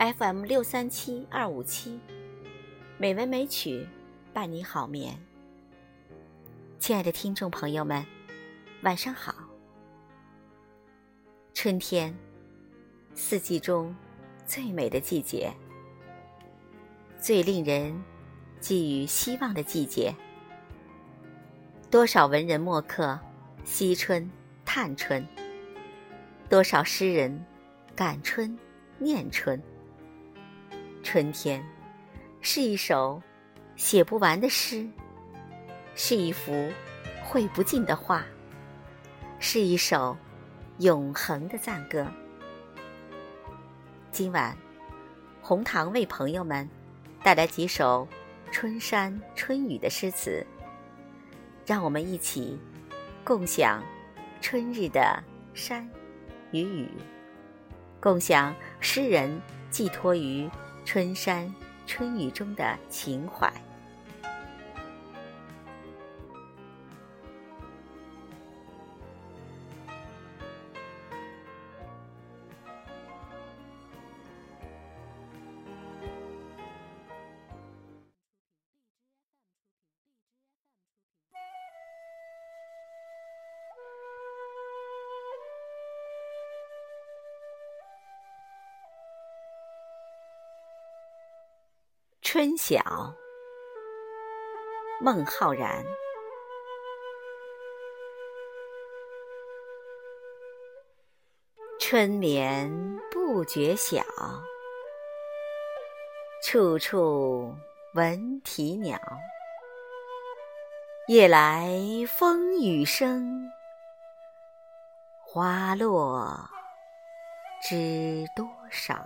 FM637257，美文美曲伴你好眠。亲爱的听众朋友们，晚上好。春天，四季中最美的季节，最令人寄予希望的季节。多少文人墨客惜春叹春，多少诗人感春念春。春天是一首写不完的诗，是一幅绘不尽的画，是一首永恒的赞歌。今晚红糖为朋友们带来几首春山春雨的诗词，让我们一起共享春日的山与雨，共享诗人寄托于春山春雨中的情怀。春晓，孟浩然。春眠不觉晓，处处闻啼鸟。夜来风雨声，花落知多少。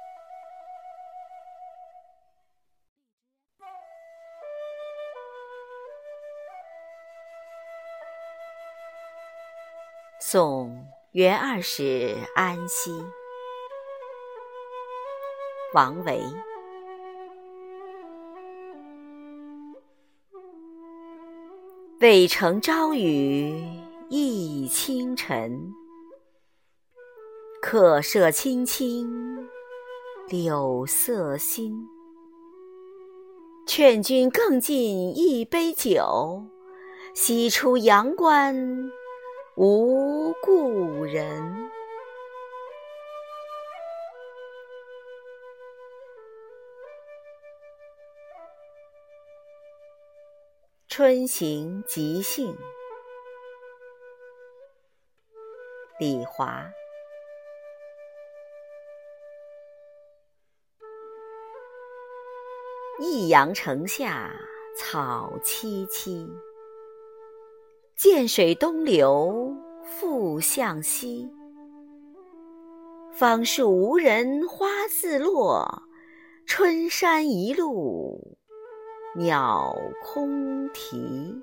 送元20安西，王维。渭城朝雨浥轻尘，客舍青青柳色新。劝君更尽一杯酒，西出阳关无故人。春行即兴，李华。益阳城下草萋萋，涧水东流复向西。芳树无人花自落，春山一路鸟空啼。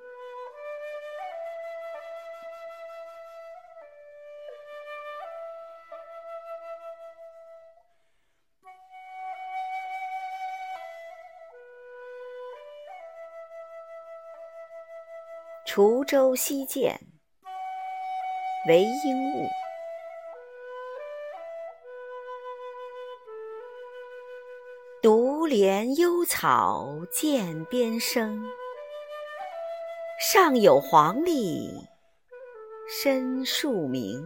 滁州西涧，韦应物。独怜幽草涧边生，上有黄鹂深树鸣。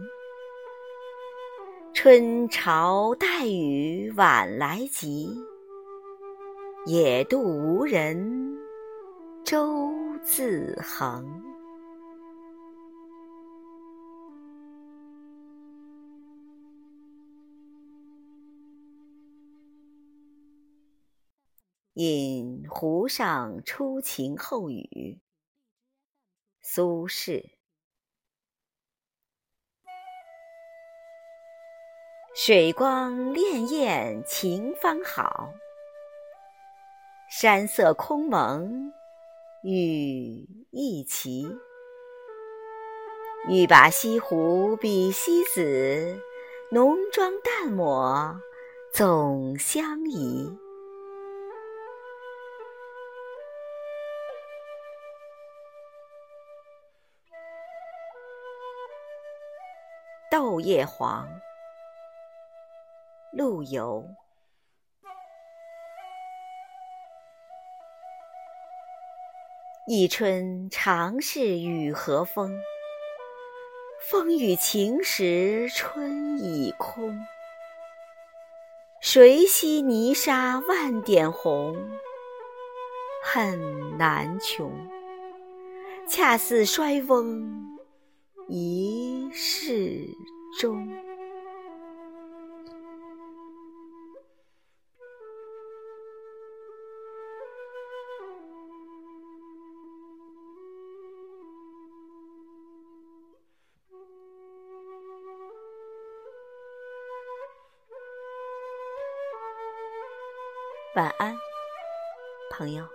春潮带雨晚来急，野渡无人舟自横。饮湖上初晴后雨，苏轼。水光潋滟晴方好，山色空蒙雨亦奇。欲把西湖比西子，浓妆淡抹总相宜。豆叶黄，陆游。 一春常是雨和风，风雨晴时春已空。谁惜泥沙万点红，恨难穷。恰似衰翁一世中。晚安，朋友。